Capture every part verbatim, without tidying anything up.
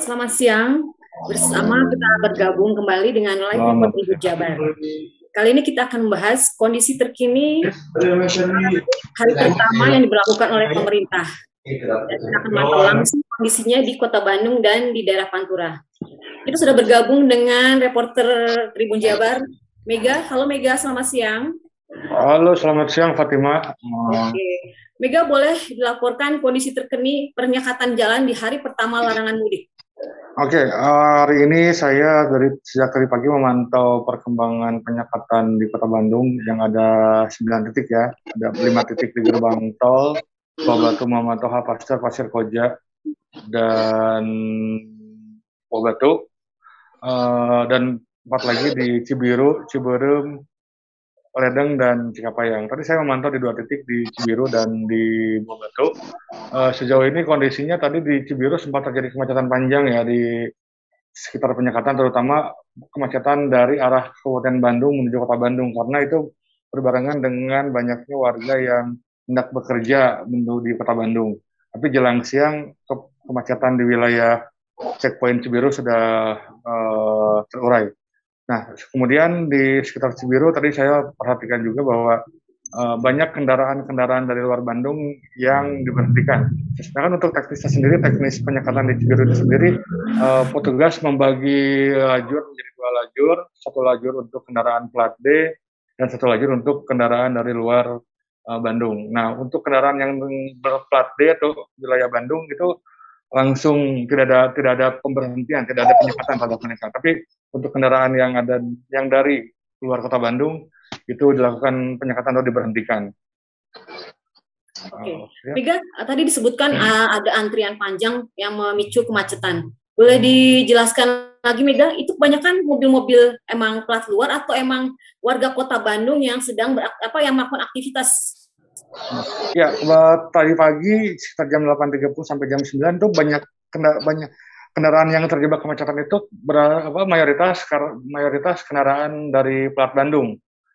selamat siang. Bersama kita bergabung kembali dengan Live Report Ibu Jabar. Kali ini kita akan membahas kondisi terkini hari pertama yang diberlakukan oleh pemerintah. Dan kita akan melihat langsung kondisinya di Kota Bandung dan di daerah Pantura. Kita sudah bergabung dengan reporter Tribun Jabar, Mega. Halo Mega, selamat siang. Halo, selamat siang Fatima. Oke, Mega boleh dilaporkan kondisi terkini penyekatan jalan di hari pertama larangan mudik. Oke, hari ini saya dari sejak tadi pagi memantau perkembangan penyekatan di Kota Bandung yang ada sembilan titik ya, ada lima titik di gerbang tol, Batu, Muhammad Toha, Pasir, Pasir Koja, dan Batu, uh, dan empat lagi di Cibiru, Ciberem, Ledeng, dan Cikapayang. Tadi saya memantau di dua titik di Cibiru dan di Batu. Uh, sejauh ini kondisinya tadi di Cibiru sempat terjadi kemacetan panjang ya di sekitar penyekatan, terutama kemacetan dari arah Kabupaten Bandung menuju Kota Bandung, karena itu berbarengan dengan banyaknya warga yang hendak bekerja menuju di Kota Bandung. Tapi jelang siang ke kemacetan di wilayah checkpoint Cibiru sudah uh, terurai. Nah, kemudian di sekitar Cibiru tadi saya perhatikan juga bahwa uh, banyak kendaraan-kendaraan dari luar Bandung yang diberhentikan. Sedangkan untuk teknisnya sendiri, teknis penyekatan di Cibiru itu sendiri, uh, petugas membagi lajur menjadi dua lajur, satu lajur untuk kendaraan plat D dan satu lajur untuk kendaraan dari luar uh, Bandung. Nah, untuk kendaraan yang berplat D atau wilayah Bandung itu langsung tidak ada tidak ada pemberhentian, tidak ada penyekatan pada mereka. Tapi untuk kendaraan yang ada yang dari luar Kota Bandung itu dilakukan penyekatan atau diberhentikan. Oke, okay. uh, Mega, tadi disebutkan hmm. uh, ada antrian panjang yang memicu kemacetan. Boleh dijelaskan lagi Mega, itu kebanyakan mobil-mobil emang plat luar atau emang warga Kota Bandung yang sedang ber, apa yang melakukan aktivitas? Ya, tadi pagi sekitar jam delapan tiga puluh sampai jam sembilan itu banyak kendara, banyak kendaraan yang terjebak kemacetan itu ber, apa, mayoritas mayoritas kendaraan dari plat Bandung.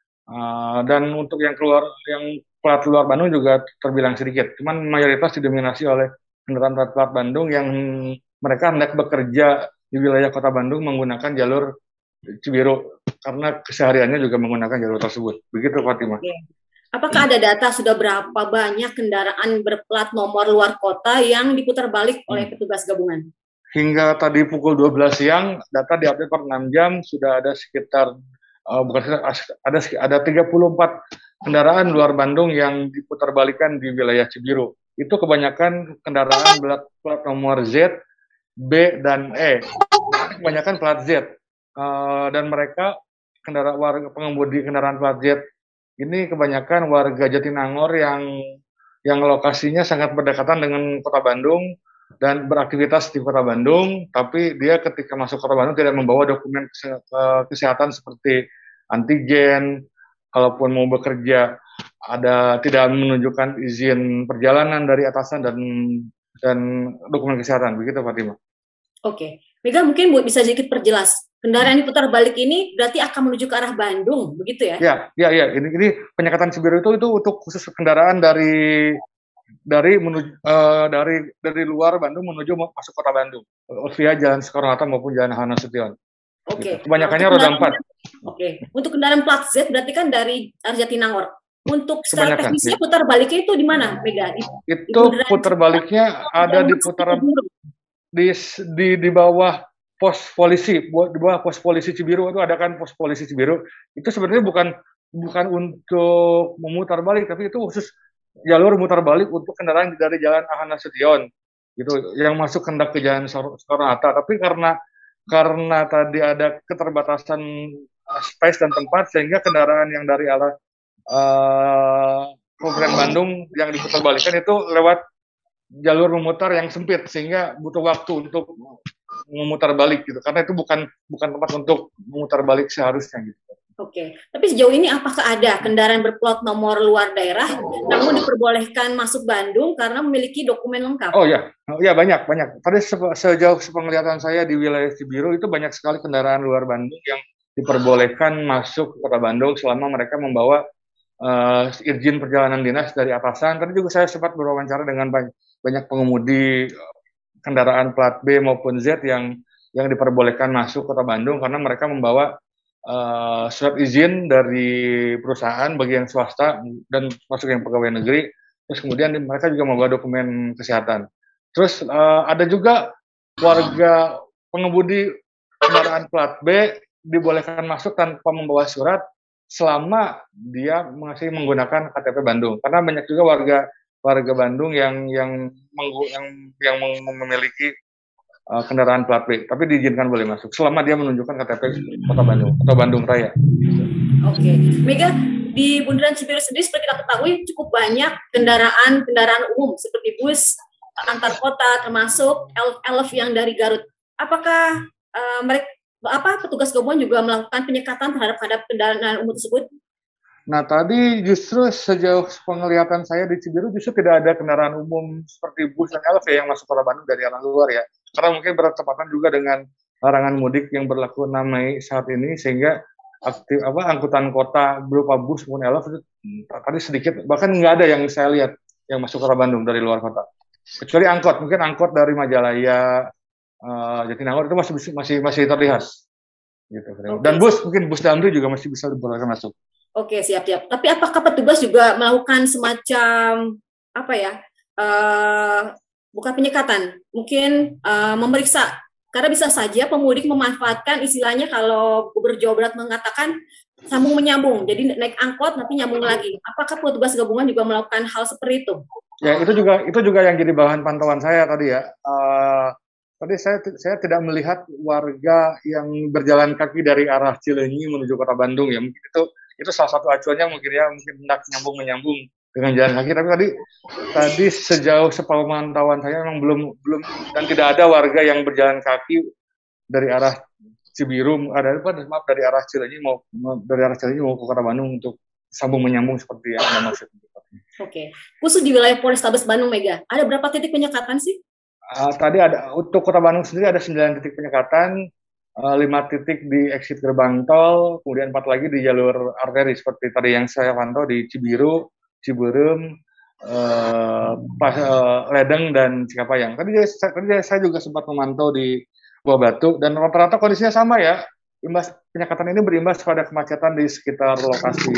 Uh, dan untuk yang keluar yang plat luar Bandung juga terbilang sedikit. Cuman mayoritas didominasi oleh kendaraan plat, plat Bandung yang mereka hendak bekerja di wilayah Kota Bandung menggunakan jalur Cibiru karena kesehariannya juga menggunakan jalur tersebut. Begitu Fatimah. Okay. Apakah ada data sudah berapa banyak kendaraan berplat nomor luar kota yang diputar balik oleh petugas gabungan? Hingga tadi pukul dua belas siang, data diupdate per enam jam sudah ada sekitar uh, bukan ada ada tiga puluh empat kendaraan luar Bandung yang diputar balikan di wilayah Cibiru. Itu kebanyakan kendaraan plat nomor Z, B, dan E. Kebanyakan plat Z. Uh, dan mereka kendaraan warga pengemudi kendaraan plat Z ini kebanyakan warga Jatinangor yang yang lokasinya sangat berdekatan dengan Kota Bandung dan beraktivitas di Kota Bandung, tapi dia ketika masuk Kota Bandung tidak membawa dokumen kesehatan seperti antigen, kalaupun mau bekerja ada tidak menunjukkan izin perjalanan dari atasan dan dan dokumen kesehatan, begitu Fatimah. Oke, Mega mungkin Bu bisa sedikit perjelas. Kendaraan diputar balik ini berarti akan menuju ke arah Bandung, begitu ya? Ya, ya, ya. Ini, ini penyekatan Cibiru itu itu untuk khusus kendaraan dari dari menuju uh, dari dari luar Bandung menuju masuk Kota Bandung via Jalan Soekarno-Hatta maupun Jalan H. Nasution. Oke. Okay. Gitu. Kebanyakannya roda empat. Oke. Okay. Untuk kendaraan plat Z berarti kan dari Jatinangor. Untuk secara teknisnya ya. Putar baliknya itu di mana, Mega? Di, itu di putar baliknya ada di putaran di di di bawah pos polisi, di bawah pos polisi Cibiru itu ada kan pos polisi Cibiru. Itu sebenarnya bukan bukan untuk memutar balik, tapi itu khusus jalur mutar balik untuk kendaraan dari Jalan H. Nasution, gitu, yang masuk hendak ke Jalan Soekarno-Hatta. Tapi karena karena tadi ada keterbatasan space dan tempat, sehingga kendaraan yang dari arah uh, Kabupaten Bandung yang diputar balikan itu lewat jalur memutar yang sempit, sehingga butuh waktu untuk memutar balik gitu, karena itu bukan bukan tempat untuk memutar balik seharusnya gitu. Oke, tapi sejauh ini apakah ada kendaraan berplat nomor luar daerah namun diperbolehkan masuk Bandung karena memiliki dokumen lengkap? Oh ya, oh, ya banyak banyak. Tadi sejauh sepenglihatan saya di wilayah Cibiru itu banyak sekali kendaraan luar Bandung yang diperbolehkan masuk ke Kota Bandung selama mereka membawa uh, izin perjalanan dinas dari atasan. Tadi juga saya sempat berwawancara dengan banyak, banyak pengemudi kendaraan plat B maupun Z yang yang diperbolehkan masuk Kota Bandung karena mereka membawa uh, surat izin dari perusahaan bagi yang swasta dan masuk yang pegawai negeri. Terus kemudian mereka juga membawa dokumen kesehatan. Terus uh, ada juga warga pengemudi kendaraan plat B dibolehkan masuk tanpa membawa surat selama dia masih menggunakan K T P Bandung. Karena banyak juga warga warga Bandung yang yang yang yang memiliki Uh, kendaraan plat B, tapi diizinkan boleh masuk selama dia menunjukkan K T P Kota Bandung atau Bandung Raya. Oke, okay. Mega, di Bundaran Cibiru sendiri seperti kita ketahui cukup banyak kendaraan kendaraan umum seperti bus antar kota termasuk elf yang dari Garut. Apakah uh, mereka apa petugas gabungan juga melakukan penyekatan terhadap terhadap kendaraan umum tersebut? Nah, tadi justru sejauh penglihatan saya di Cibiru justru tidak ada kendaraan umum seperti bus dan elf yang masuk Kota Bandung dari arah luar ya. Karena mungkin bertepatan juga dengan larangan mudik yang berlaku enam Mei saat ini sehingga aktif apa angkutan kota berupa bus maupun elf itu tadi sedikit bahkan nggak ada yang saya lihat yang masuk Kota Bandung dari luar kota. Kecuali angkot, mungkin angkot dari Majalaya, uh, Jatinangor itu masih masih masih terlihat. Gitu. Okay. Dan bus mungkin bus Damri juga masih bisa dibolehkan masuk. Oke, siap-siap. Tapi apakah petugas juga melakukan semacam apa ya? Uh, bukan penyekatan, mungkin uh, memeriksa. Karena bisa saja pemudik memanfaatkan istilahnya kalau Gubernur Jawa Barat mengatakan sambung menyambung. Jadi naik angkot nanti nyambung lagi. Apakah petugas gabungan juga melakukan hal seperti itu? Ya, itu juga itu juga yang jadi bahan pantauan saya tadi ya. Uh, tadi saya saya tidak melihat warga yang berjalan kaki dari arah Cileunyi menuju Kota Bandung ya. Mungkin itu itu salah satu acuannya mungkin ya mungkin hendak nyambung menyambung dengan jalan kaki, tapi tadi tadi sejauh sepemantauan saya memang belum belum dan tidak ada warga yang berjalan kaki dari arah Cibiru ada apa maaf dari arah Cileunyi mau dari arah Cileunyi mau ke Kota Bandung untuk sambung menyambung seperti yang Anda maksud. Oke, khusus di wilayah Polrestabes Bandung Mega ada berapa titik penyekatan sih? Uh, tadi ada untuk Kota Bandung sendiri ada sembilan titik penyekatan. lima titik di exit gerbang tol, kemudian empat lagi di jalur arteri seperti tadi yang saya pantau di Cibiru, Ciberem, eh, Pas, eh, Ledeng dan Cikapayang. Tadi saya, tadi saya juga sempat memantau di Buah Batu dan rata-rata kondisinya sama ya. Imbas penyekatan ini berimbas pada kemacetan di sekitar lokasi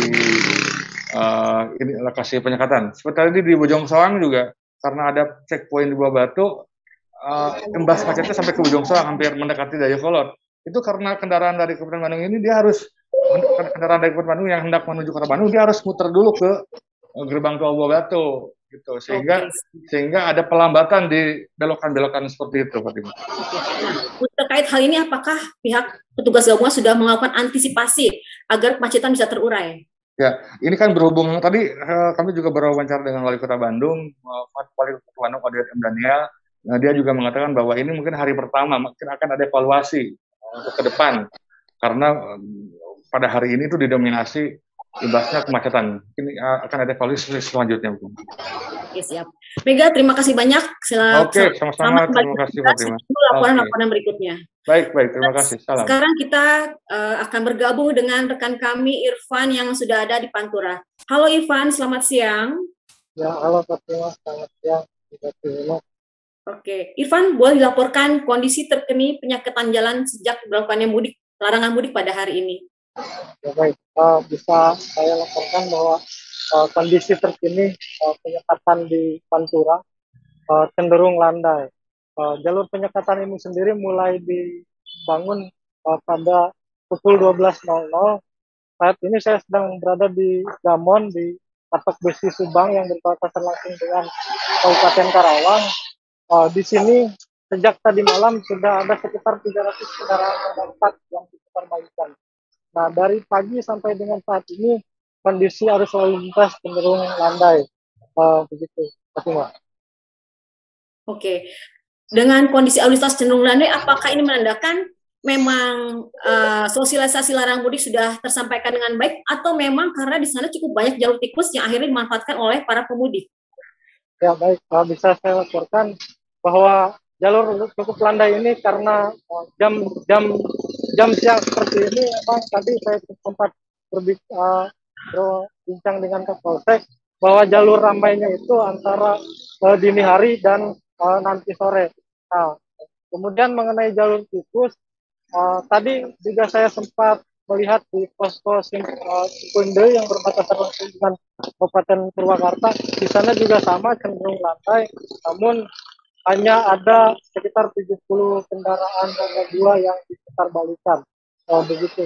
uh, ini lokasi penyekatan. Seperti tadi di Bojong Soang juga karena ada checkpoint di Buah Batu, uh, imbas macetnya sampai ke Bojong Soang hampir mendekati Dayakolot. Itu karena kendaraan dari Kabupaten Bandung ini dia harus kendaraan dari Kabupaten Bandung yang hendak menuju Kota Bandung dia harus muter dulu ke gerbang tol Buah Batu gitu sehingga okay. sehingga ada pelambatan di belokan-belokan seperti itu Fatimah. Nah, terkait hal ini apakah pihak petugas gabungan sudah melakukan antisipasi agar kemacetan bisa terurai? Ya, ini kan berhubung tadi uh, kami juga berwawancara dengan Wali Kota Bandung, uh, Wali Kota Bandung Odiat M. Daniel. Nah, dia juga mengatakan bahwa ini mungkin hari pertama mungkin akan ada evaluasi untuk ke depan karena um, pada hari ini itu didominasi imbasnya kemacetan. Ini uh, akan ada evaluasi selanjutnya. Oke, siap. Mega, terima kasih banyak. Sel- Oke, sama-sama. Terima kasih, Fatimah. Laporan-laporan okay. berikutnya. Baik, baik. Terima kasih. Salam. Sekarang kita uh, akan bergabung dengan rekan kami, Irfan, yang sudah ada di Pantura. Halo, Irfan. Selamat siang. Ya, halo, Fatimah. Selamat siang. Oke, Irfan, boleh dilaporkan kondisi terkini penyekatan jalan sejak diberlakukannya mudik, larangan mudik pada hari ini? Ya, baik. Uh, bisa saya laporkan bahwa uh, kondisi terkini uh, penyekatan di Pantura uh, cenderung landai. Uh, jalur penyekatan ini sendiri mulai dibangun uh, pada pukul dua belas nol nol. Saat ini saya sedang berada di Gamon, di Patok Besi Subang yang berbatasan langsung dengan Kabupaten Karawang. Uh, di sini sejak tadi malam sudah ada sekitar tiga ratus kendaraan roda empat yang diputar balikan. Nah, dari pagi sampai dengan saat ini kondisi arus lalu lintas cenderung landai. Uh, begitu, Fatimah. Oke, dengan kondisi arus lintas cenderung landai, apakah ini menandakan memang uh, sosialisasi larangan mudik sudah tersampaikan dengan baik, atau memang karena di sana cukup banyak jalur tikus yang akhirnya dimanfaatkan oleh para pemudik? Ya, baik, uh, bisa saya laporkan bahwa jalur cukup landai ini karena uh, jam jam jam siang seperti ini memang tadi saya sempat berbicara uh, berbincang dengan Kapolsek bahwa jalur ramainya itu antara uh, dini hari dan uh, nanti sore. Nah, kemudian mengenai jalur tikus, uh, tadi juga saya sempat melihat di posko Sim- uh, Cikunde yang berbatasan langsung dengan Kabupaten Purwakarta. Di sana juga sama cenderung landai, namun hanya ada sekitar tujuh puluh kendaraan roda dua yang diputar balikan. Oh, begitu.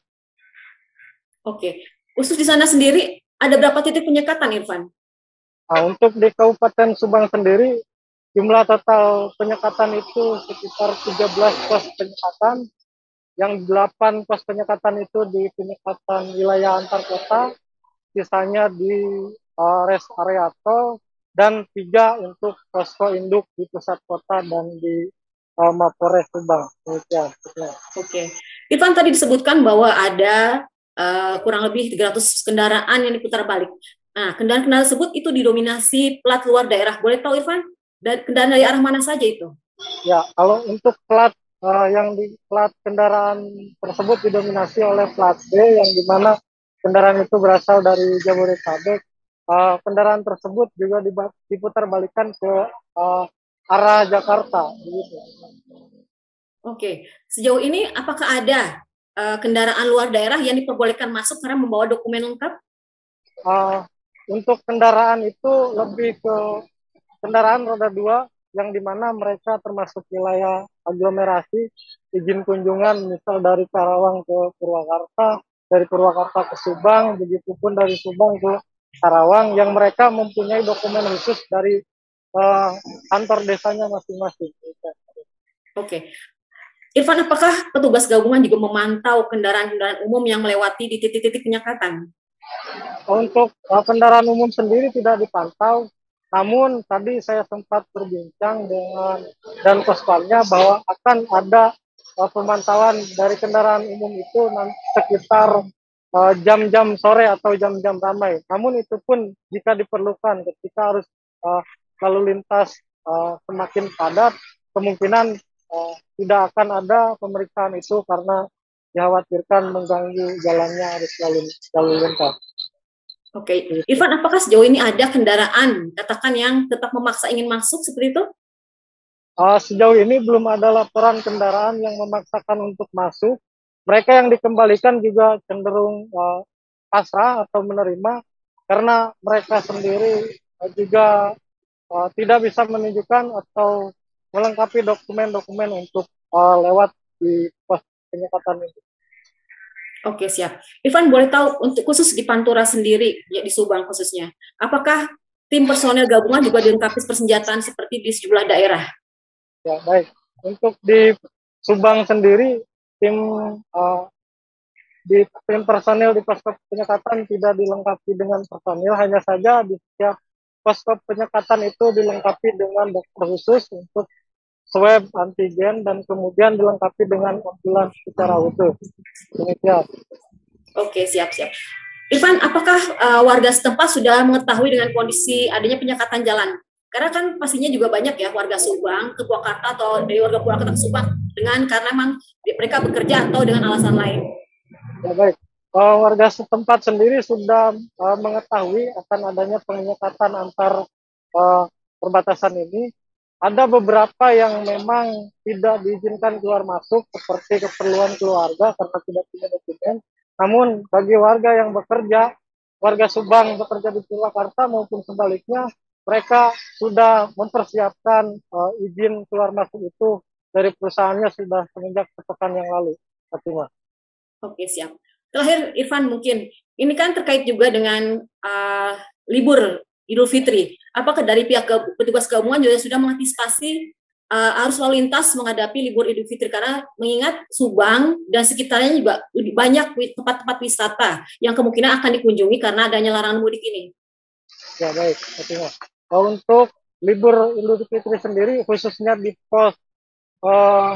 Oke, khusus di sana sendiri ada berapa titik penyekatan, Irfan? Nah, untuk di Kabupaten Subang sendiri, jumlah total penyekatan itu sekitar tiga belas pos penyekatan, yang delapan pos penyekatan itu di penyekatan wilayah antar kota, sisanya di uh, rest area tol, dan tiga untuk posko induk di pusat kota dan di uh, Mapores Subang. Demikian. Oke, Irfan tadi disebutkan bahwa ada uh, kurang lebih tiga ratus kendaraan yang diputar balik. Nah, kendaraan-kendaraan tersebut itu didominasi plat luar daerah. Boleh tahu, Irfan? Dan kendaraan dari arah mana saja itu? Ya, kalau untuk plat uh, yang di plat kendaraan tersebut didominasi oleh plat B, yang dimana kendaraan itu berasal dari Jabodetabek. Uh, kendaraan tersebut juga diputar balikan ke uh, arah Jakarta. Begitu. Oke, sejauh ini apakah ada uh, kendaraan luar daerah yang diperbolehkan masuk karena membawa dokumen lengkap? Uh, untuk kendaraan itu lebih ke kendaraan roda dua, yang dimana mereka termasuk wilayah aglomerasi, izin kunjungan misal dari Karawang ke Purwakarta, dari Purwakarta ke Subang, begitupun dari Subang ke Karawang, yang mereka mempunyai dokumen khusus dari uh, kantor desanya masing-masing. Oke, Irfan, apakah petugas gabungan juga memantau kendaraan-kendaraan umum yang melewati di titik-titik penyekatan? Untuk uh, kendaraan umum sendiri tidak dipantau, namun tadi saya sempat berbincang dengan dan Kospamnya bahwa akan ada uh, pemantauan dari kendaraan umum itu nanti sekitar uh, jam-jam sore atau jam-jam ramai. Namun itu pun jika diperlukan ketika harus uh, lalu lintas uh, semakin padat, kemungkinan uh, tidak akan ada pemeriksaan itu karena dikhawatirkan mengganggu jalannya arus lalu, lalu lintas. Oke, Irfan, apakah sejauh ini ada kendaraan, katakan yang tetap memaksa ingin masuk seperti itu? Uh, sejauh ini belum ada laporan kendaraan yang memaksakan untuk masuk. Mereka yang dikembalikan juga cenderung uh, pasrah atau menerima karena mereka sendiri uh, juga uh, tidak bisa menunjukkan atau melengkapi dokumen-dokumen untuk uh, lewat di pos penyekatan itu. Oke, siap. Irfan, boleh tahu untuk khusus di Pantura sendiri, ya di Subang khususnya, apakah tim personel gabungan juga dilengkapi persenjataan seperti di sejumlah daerah? Ya, baik. Untuk di Subang sendiri, tim uh, di tim personil di posko penyekatan tidak dilengkapi dengan personil, hanya saja di setiap posko penyekatan itu dilengkapi dengan dokter khusus untuk swab antigen dan kemudian dilengkapi dengan ambulans secara utuh. Demikian. Oke, siap-siap. Irfan, apakah uh, warga setempat sudah mengetahui dengan kondisi adanya penyekatan jalan? Karena kan pastinya juga banyak ya warga Subang ke Purwakarta atau dari warga Purwakarta ke Subang dengan karena memang mereka bekerja atau dengan alasan lain. Ya, baik. Uh, warga setempat sendiri sudah uh, mengetahui akan adanya penyekatan antar uh, perbatasan ini. Ada beberapa yang memang tidak diizinkan keluar masuk seperti keperluan keluarga karena tidak punya dokumen. Namun bagi warga yang bekerja, warga Subang bekerja di Purwakarta maupun sebaliknya, mereka sudah mempersiapkan uh, izin keluar masuk itu dari perusahaannya sudah semenjak sepekan yang lalu. Fatima. Oke, siap. Terakhir, Irfan, mungkin ini kan terkait juga dengan uh, libur Idul Fitri. Apakah dari pihak petugas gabungan juga sudah mengantisipasi uh, arus lalu lintas menghadapi libur Idul Fitri? Karena mengingat Subang dan sekitarnya juga lebih banyak tempat-tempat wisata yang kemungkinan akan dikunjungi karena adanya larangan mudik ini. Ya, baik. Kalau untuk libur Idul Fitri sendiri, khususnya di pos uh,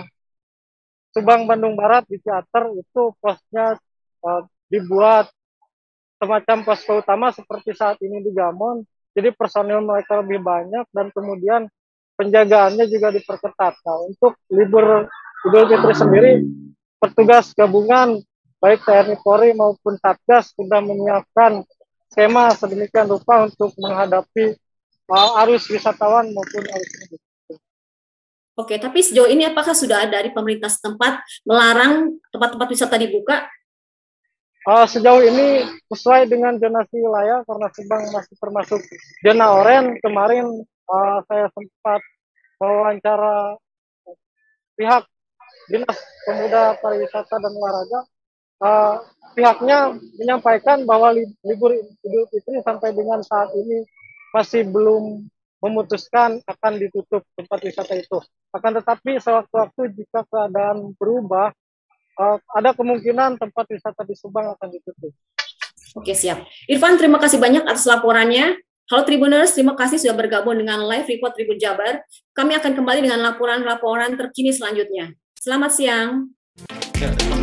Subang Bandung Barat di Ciater, itu posnya uh, dibuat semacam posko utama seperti saat ini di Gamon. Jadi personil mereka lebih banyak dan kemudian penjagaannya juga diperketat. Nah, untuk libur Idul Fitri sendiri, petugas gabungan baik T N I Polri maupun Satgas sudah menyiapkan skema sedemikian rupa untuk menghadapi uh, arus wisatawan maupun arus mudik. Oke, tapi sejauh ini apakah sudah ada dari pemerintah setempat melarang tempat-tempat wisata dibuka? Uh, sejauh ini sesuai dengan zonasi wilayah karena Subang masih termasuk zona oranye. Kemarin uh, saya sempat wawancara pihak Dinas Pemuda Pariwisata dan Olahraga. Uh, pihaknya menyampaikan bahwa libur Idul Fitri sampai dengan saat ini masih belum memutuskan akan ditutup tempat wisata itu. Akan tetapi sewaktu-waktu jika keadaan berubah, uh, ada kemungkinan tempat wisata di Subang akan ditutup. Oke, siap. Irfan, terima kasih banyak atas laporannya. Halo Tribuners, terima kasih sudah bergabung dengan live report Tribun Jabar. Kami akan kembali dengan laporan-laporan terkini selanjutnya. Selamat siang. Ya,